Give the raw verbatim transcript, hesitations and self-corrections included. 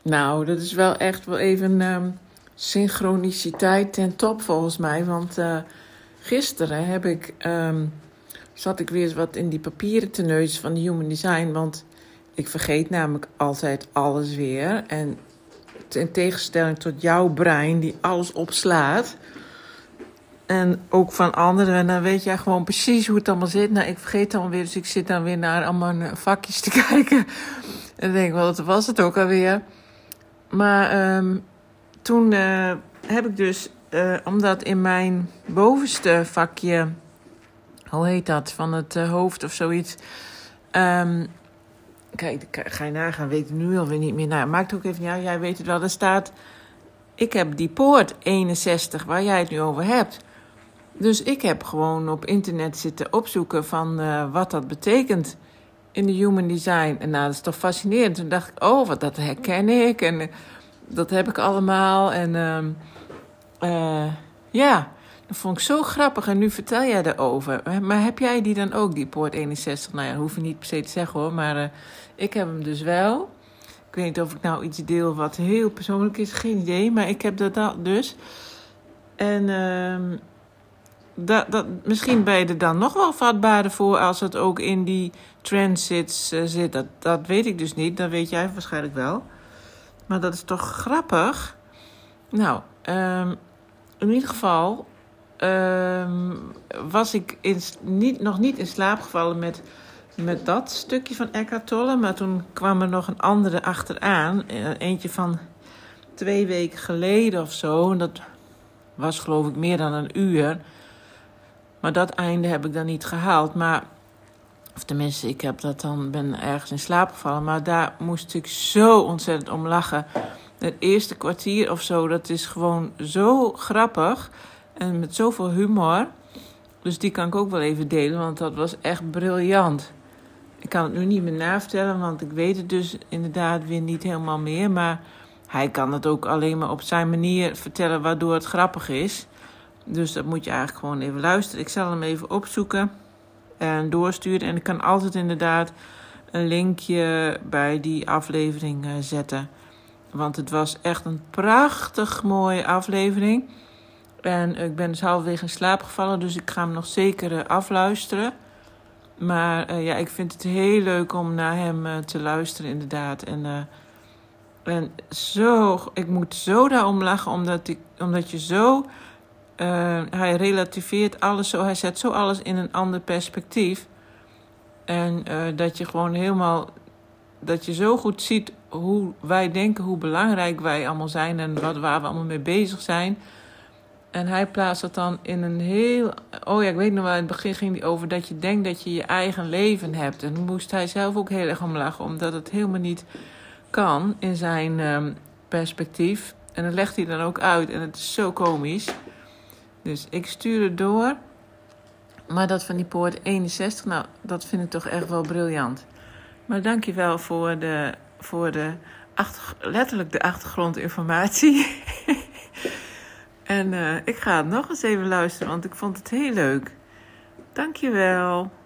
Nou, dat is wel echt wel even um, synchroniciteit ten top volgens mij. Want uh, gisteren heb ik, um, zat ik weer eens wat in die papieren te neuzen van de Human Design. Want ik vergeet namelijk altijd alles weer. En in tegenstelling tot jouw brein die alles opslaat. En ook van anderen. En dan weet jij gewoon precies hoe het allemaal zit. Nou, ik vergeet het allemaal weer. Dus ik zit dan weer naar allemaal vakjes te kijken. En dan denk ik, wel, wat was het ook alweer? Maar um, toen uh, heb ik dus, uh, omdat in mijn bovenste vakje, hoe heet dat, van het uh, hoofd of zoiets. Um, kijk, ga je nagaan, weet ik nu alweer niet meer. Nou, maakt ook even, ja, jij weet het wel. Er staat, ik heb die poort eenenzestig waar jij het nu over hebt. Dus ik heb gewoon op internet zitten opzoeken van uh, wat dat betekent in de Human Design. En nou, dat is toch fascinerend. Toen dacht ik, oh, wat dat herken ik. En uh, dat heb ik allemaal. En uh, uh, ja, dat vond ik zo grappig. En nu vertel jij daarover. Maar heb jij die dan ook, die poort eenenzestig? Nou ja, dat hoef je niet per se te zeggen hoor. Maar uh, ik heb hem dus wel. Ik weet niet of ik nou iets deel wat heel persoonlijk is. Geen idee, maar ik heb dat dus. En Uh, Dat, dat, misschien ben je er dan nog wel vatbaarder voor als het ook in die transits uh, zit. Dat, dat weet ik dus niet. Dat weet jij waarschijnlijk wel. Maar dat is toch grappig. Nou, um, in ieder geval um, was ik in, niet, nog niet in slaap gevallen met, met dat stukje van Eckhart Tolle. Maar toen kwam er nog een andere achteraan. Eentje van twee weken geleden of zo. En dat was geloof ik meer dan een uur. Maar dat einde heb ik dan niet gehaald. Maar, of tenminste, ik heb dat dan, ben ergens in slaap gevallen. Maar daar moest ik zo ontzettend om lachen. Het eerste kwartier of zo, dat is gewoon zo grappig. En met zoveel humor. Dus die kan ik ook wel even delen, want dat was echt briljant. Ik kan het nu niet meer navertellen, want ik weet het dus inderdaad weer niet helemaal meer. Maar hij kan het ook alleen maar op zijn manier vertellen, waardoor het grappig is. Dus dat moet je eigenlijk gewoon even luisteren. Ik zal hem even opzoeken en doorsturen. En ik kan altijd inderdaad een linkje bij die aflevering uh, zetten. Want het was echt een prachtig mooie aflevering. En ik ben dus halverwege in slaap gevallen. Dus ik ga hem nog zeker uh, afluisteren. Maar uh, ja, ik vind het heel leuk om naar hem uh, te luisteren inderdaad. En, uh, en zo, ik moet zo daarom lachen. Omdat, ik, omdat je zo... Uh, hij relativeert alles zo. Hij zet zo alles in een ander perspectief. En uh, dat je gewoon helemaal... Dat je zo goed ziet hoe wij denken, hoe belangrijk wij allemaal zijn. En wat, waar we allemaal mee bezig zijn. En hij plaatst dat dan in een heel... Oh ja, ik weet nog wel, in het begin ging hij over dat je denkt dat je je eigen leven hebt. En toen moest hij zelf ook heel erg om lachen. Omdat het helemaal niet kan in zijn um, perspectief. En dat legt hij dan ook uit. En het is zo komisch. Dus ik stuur het door. Maar dat van die poort eenenzestig, nou, dat vind ik toch echt wel briljant. Maar dankjewel voor de, voor de achter, letterlijk de achtergrondinformatie. en uh, ik ga het nog eens even luisteren, want ik vond het heel leuk. Dankjewel.